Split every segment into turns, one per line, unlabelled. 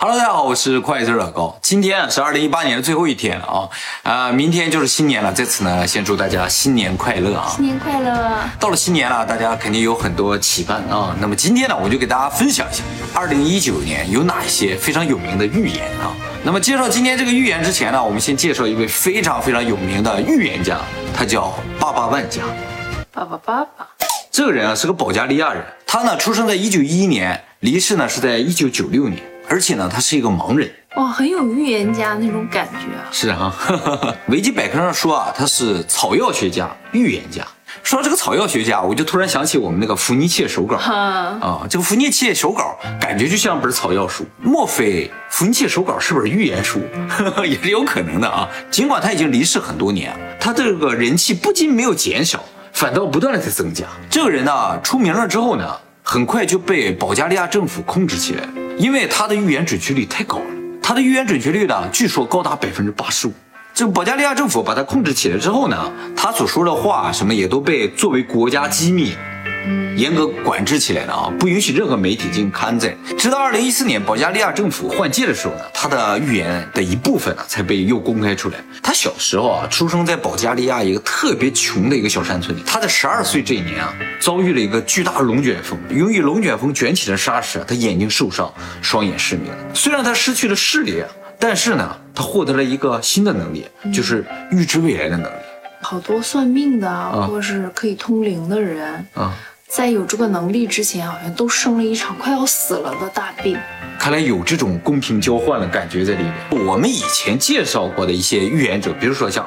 Hello， 大家好，我是快字老高。今天是2018年的最后一天了明天就是新年了。在此呢，先祝大家新年快乐啊！
新年快乐！
到了新年了，大家肯定有很多期盼啊。那么今天呢，我就给大家分享一下2019年有哪些非常有名的预言啊。那么介绍今天这个预言之前呢，我们先介绍一位非常有名的预言家，他叫巴巴万家。
巴巴，
这个人啊是个保加利亚人，他呢出生在1911年，离世呢是在1996年。而且呢，他是一个盲人，
哇，很有预言家那种感觉啊。
是啊，维基百科上说啊，他是草药学家、预言家。说到这个草药学家，我就突然想起我们那个伏尼切手稿这个伏尼切手稿感觉就像本草药书，莫非伏尼切手稿是本预言书？也是有可能的啊。尽管他已经离世很多年，他这个人气不仅没有减少，反倒不断的在增加。这个人呢，出名了之后呢，很快就被保加利亚政府控制起来了。因为他的预言准确率太高了，他的预言准确率呢，据说高达85%。这个保加利亚政府把他控制起来之后呢，他所说的话什么也都被作为国家机密，严格管制起来了啊，不允许任何媒体进行刊载。直到2014年保加利亚政府换届的时候呢，他的预言的一部分才被又公开出来。他小时候出生在保加利亚一个特别穷的一个小山村里。他在12岁这一年遭遇了一个巨大的龙卷风，由于龙卷风卷起的沙石，他眼睛受伤，双眼失明。虽然他失去了视力但是呢，他获得了一个新的能力，就是预知未来的能力。
好多算命的或是可以通灵的人在有这个能力之前，好像都生了一场快要死了的大病。
看来有这种公平交换的感觉在里面。我们以前介绍过的一些预言者，比如说像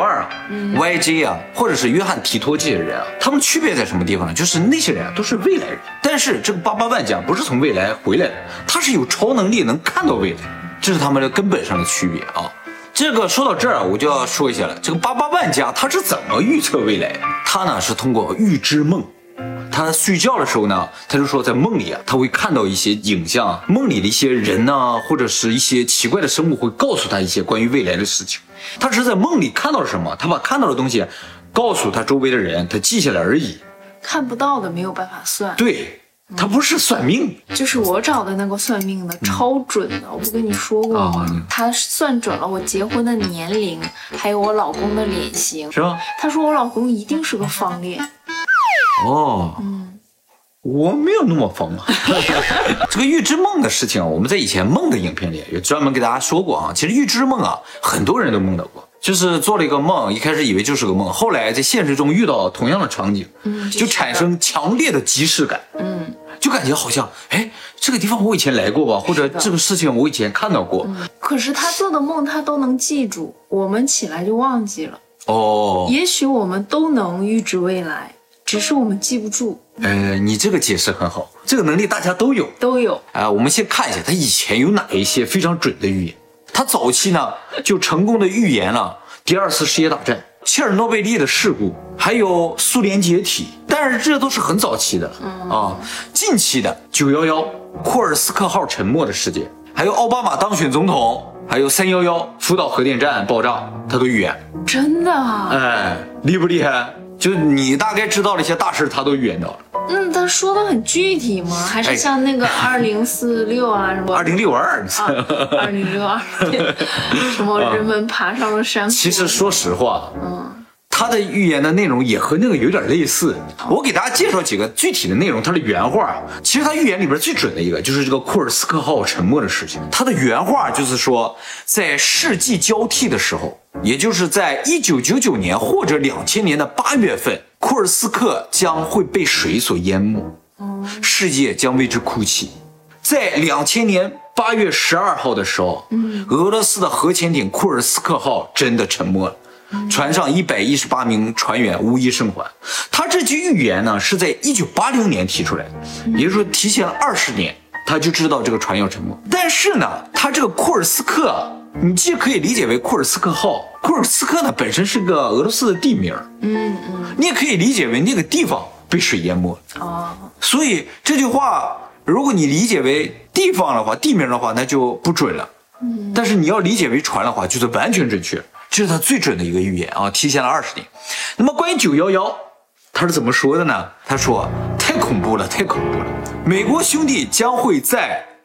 2062YJ 或者是约翰提托这些人他们区别在什么地方呢？就是那些人都是未来人，但是这个巴巴万家不是从未来回来的，他是有超能力能看到未来，这是他们的根本上的区别这个说到这儿我就要说一下了，这个巴巴万家他是怎么预测未来的？他呢是通过预知梦。他睡觉的时候呢，他就说在梦里他会看到一些影像，梦里的一些人或者是一些奇怪的生物会告诉他一些关于未来的事情。他只是在梦里看到了什么，他把看到的东西告诉他周围的人，他记下来而已。
看不到的没有办法算。
对，他不是算命。
就是我找的那个算命的超准的，我不跟你说过吗？他算准了我结婚的年龄，还有我老公的脸型，
是吧？
他说我老公一定是个方脸。
我没有那么疯这个预知梦的事情我们在以前梦的影片里也专门给大家说过其实预知梦很多人都梦到过，就是做了一个梦，一开始以为就是个梦，后来在现实中遇到同样的场景，就产生强烈的即视感，就感觉好像这个地方我以前来过吧，或者这个事情我以前看到过。
可是他做的梦他都能记住，我们起来就忘记了。也许我们都能预知未来，只是我们记不住。
你这个解释很好，这个能力大家都有。我们先看一下他以前有哪一些非常准的预言。他早期呢就成功的预言了第2次世界大战、切尔诺贝利的事故，还有苏联解体，但是这都是很早期的近期的911、库尔斯克号沉没的事件，还有奥巴马当选总统，还有311福岛核电站爆炸，他都预言。
真的
厉不厉害？就是你大概知道了一些大事他都预言到了。
他说的很具体吗？还是像那个2046什么
2062
2062什么人们爬上了山坡。
其实说实话他的预言的内容也和那个有点类似。我给大家介绍几个具体的内容，他的原话其实他预言里边最准的一个就是这个库尔斯克号沉没的事情。他的原话就是说，在世纪交替的时候，也就是在1999年或者2000年的8月份，库尔斯克将会被水所淹没，世界将为之哭泣。在2000年8月12号的时候，俄罗斯的核潜艇库尔斯克号真的沉没了，船上118名船员无一生还。他这句预言呢是在1980年提出来的，也就是说提前了20年，他就知道这个船要沉没。但是呢，他这个库尔斯克，你既可以理解为库尔斯克号，库尔斯克呢本身是个俄罗斯的地名，你也可以理解为那个地方被水淹没了。所以这句话，如果你理解为地方的话，地名的话，那就不准了。但是你要理解为船的话，就是完全准确。这是他最准的一个预言提前了20年。那么关于911，他是怎么说的呢？他说太恐怖了，太恐怖了，美国兄弟将会在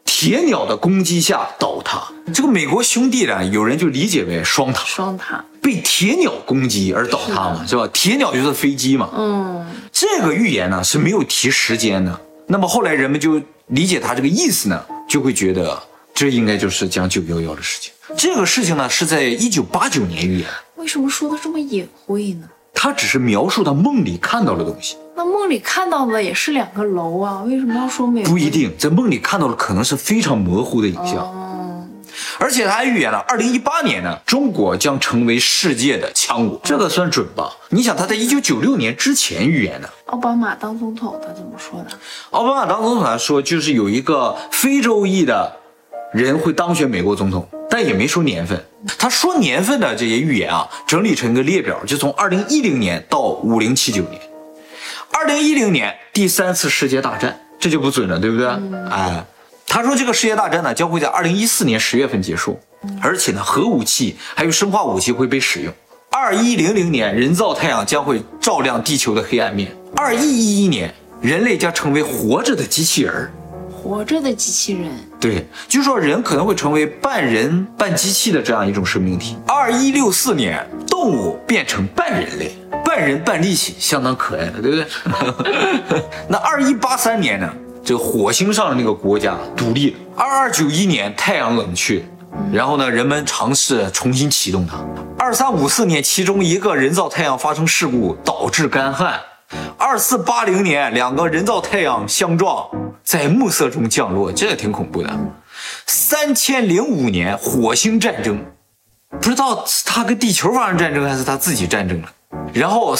铁鸟的攻击下倒塌。这个美国兄弟呢，有人就理解为双塔，被铁鸟攻击而倒塌嘛，是吧？铁鸟就是飞机嘛。这个预言呢是没有提时间的。那么后来人们就理解他这个意思呢，就会觉得这应该就是讲911的事情。这个事情呢是在1989年预言。
为什么说的这么隐晦呢？
他只是描述他梦里看到的东西。
那梦里看到的也是2个楼啊，为什么要说美国？
不一定，在梦里看到的可能是非常模糊的影像。而且他还预言了2018年呢，中国将成为世界的强国，这个算准吧？你想他在1996年之前预言的。
奥巴马当总统他怎么说的？
奥巴马当总统他说就是有一个非洲裔的人会当选美国总统，但也没说年份。他说年份的这些预言啊，整理成一个列表，就从2010年到5079年。2010年第3次世界大战，这就不准了，对不对？他说这个世界大战呢将会在2014年10月份结束，而且呢核武器还有生化武器会被使用。2100年人造太阳将会照亮地球的黑暗面。2111年人类将成为活着的机器人。
活着的机器人，
对，就是说人可能会成为半人半机器的这样一种生命体。2164年动物变成半人类，半人半力气，相当可爱的，对不对？那2183年呢，这个火星上的那个国家独立了。2291年太阳冷却，然后呢人们尝试重新启动它。2354年其中一个人造太阳发生事故导致干旱。2480年2个人造太阳相撞，在暮色中降落，这个挺恐怖的。3005年火星战争，不知道他跟地球发生战争还是他自己战争了。然后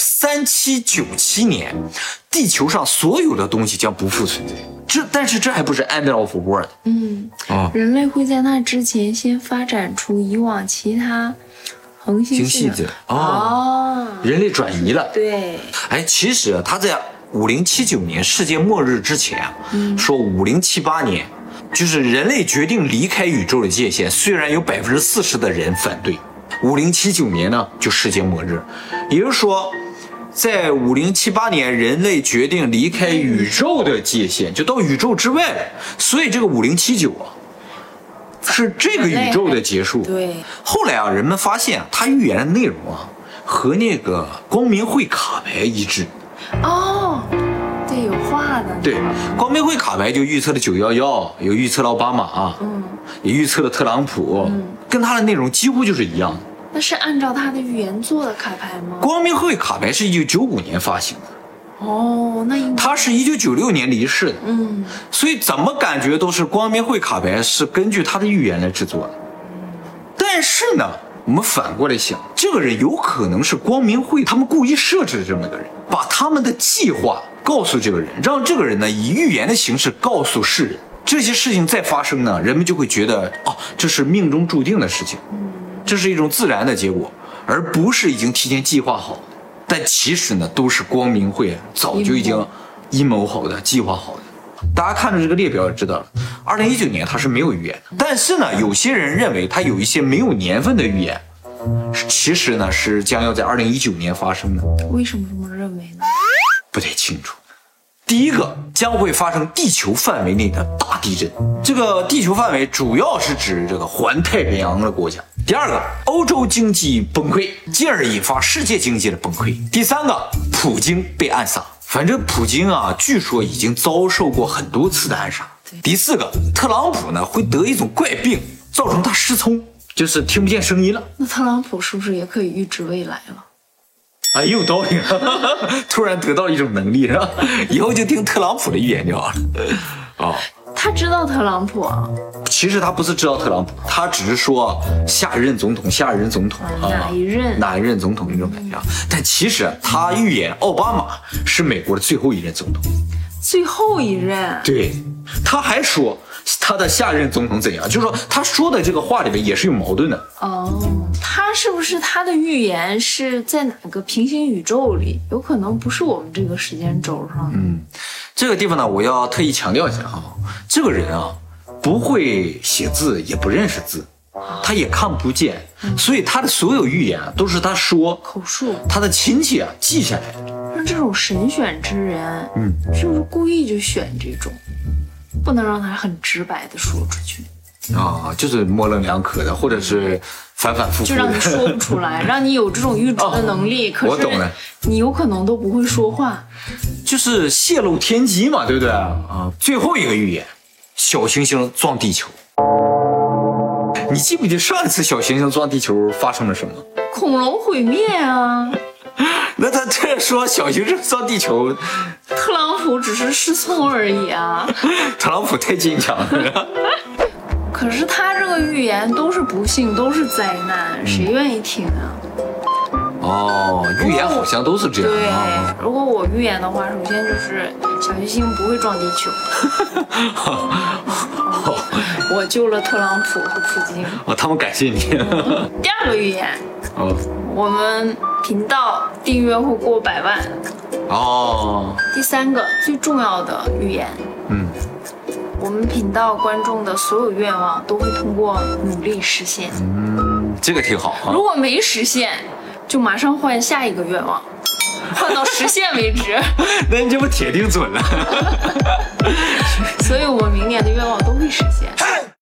3797年地球上所有的东西将不复存在。但是这还不是 end of world。
人类会在那之前先发展出以往其他恒星系的
人类转移了。
对，
其实他在5079年世界末日之前说5078年就是人类决定离开宇宙的界限，虽然有40%的人反对，5079年呢就世界末日。也就是说在5078年人类决定离开宇宙的界限，就到宇宙之外了。所以这个5079是这个宇宙的结束。
对，
后来人们发现他预言的内容和那个光明会卡牌一致。
对，有画的。
对，光明会卡牌就预测了911，有预测了奥巴马，也预测了特朗普，跟他的内容几乎就是一样的。
那是按照他的预言做的卡牌吗？
光明会卡牌是1995年发行的。
那应该他
是1996年离世的。所以怎么感觉都是光明会卡牌是根据他的预言来制作的。但是呢，我们反过来想，这个人有可能是光明会他们故意设置的这么个人，把他们的计划告诉这个人，让这个人呢以预言的形式告诉世人。这些事情再发生呢，人们就会觉得这是命中注定的事情，这是一种自然的结果，而不是已经提前计划好的。但其实呢，都是光明会早就已经阴谋好的、计划好的。大家看着这个列表也知道了，2019年他是没有预言的。但是呢，有些人认为他有一些没有年份的预言，其实呢是将要在2019年发生的。
为什么这么认为呢？
不太清楚。第一个，将会发生地球范围内的大地震。这个地球范围主要是指这个环太平洋的国家。第二个，欧洲经济崩溃，进而引发世界经济的崩溃。第三个，普京被暗杀。反正普京据说已经遭受过很多次的暗杀。第四个，特朗普呢会得一种怪病，造成他失聪，就是听不见声音了。
那特朗普是不是也可以预知未来了？
也有道理突然得到一种能力是吧？以后就听特朗普的预言就好了。
他知道特朗普
其实他不是知道特朗普，他只是说下一任总统
哪一任
总统那种感觉。但其实他预言奥巴马是美国的最后一任总统。
最后一任？
对，他还说他的下任总统怎样，就是说他说的这个话里面也是有矛盾的。
他是不是他的预言是在哪个平行宇宙里？有可能不是我们这个时间轴上。
这个地方呢，我要特意强调一下这个人不会写字，也不认识字，他也看不见，所以他的所有预言都是他说
口述，
他的亲戚记下来的。
那这种神选之人，是不是故意就选这种？ 不能让他很直白的说出去。
就是模棱两可的，或者是反反复复的，
就让你说不出来，让你有这种预知的能力。可是我懂了，你有可能都不会说话，
就是泄露天机嘛，对不对啊？最后一个预言，小行星撞地球。你记不记得上一次小行星撞地球发生了什么？
恐龙毁灭啊！
那他这说小行星撞地球，
特朗普只是失聪而已啊！
特朗普太坚强了。
可是他这个预言都是不幸，都是灾难，谁愿意听啊？
预言好像都是这样。
对，如果我预言的话，首先就是小行星不会撞地球。我救了特朗普和普京。
他们感谢你。
第二个预言，我们频道订阅会过100万。第三个最重要的预言，我们频道观众的所有愿望都会通过努力实现。
这个挺好啊。
如果没实现，就马上换下一个愿望，换到实现为止。
那你这不铁定准了。
所以我们明年的愿望都会实现。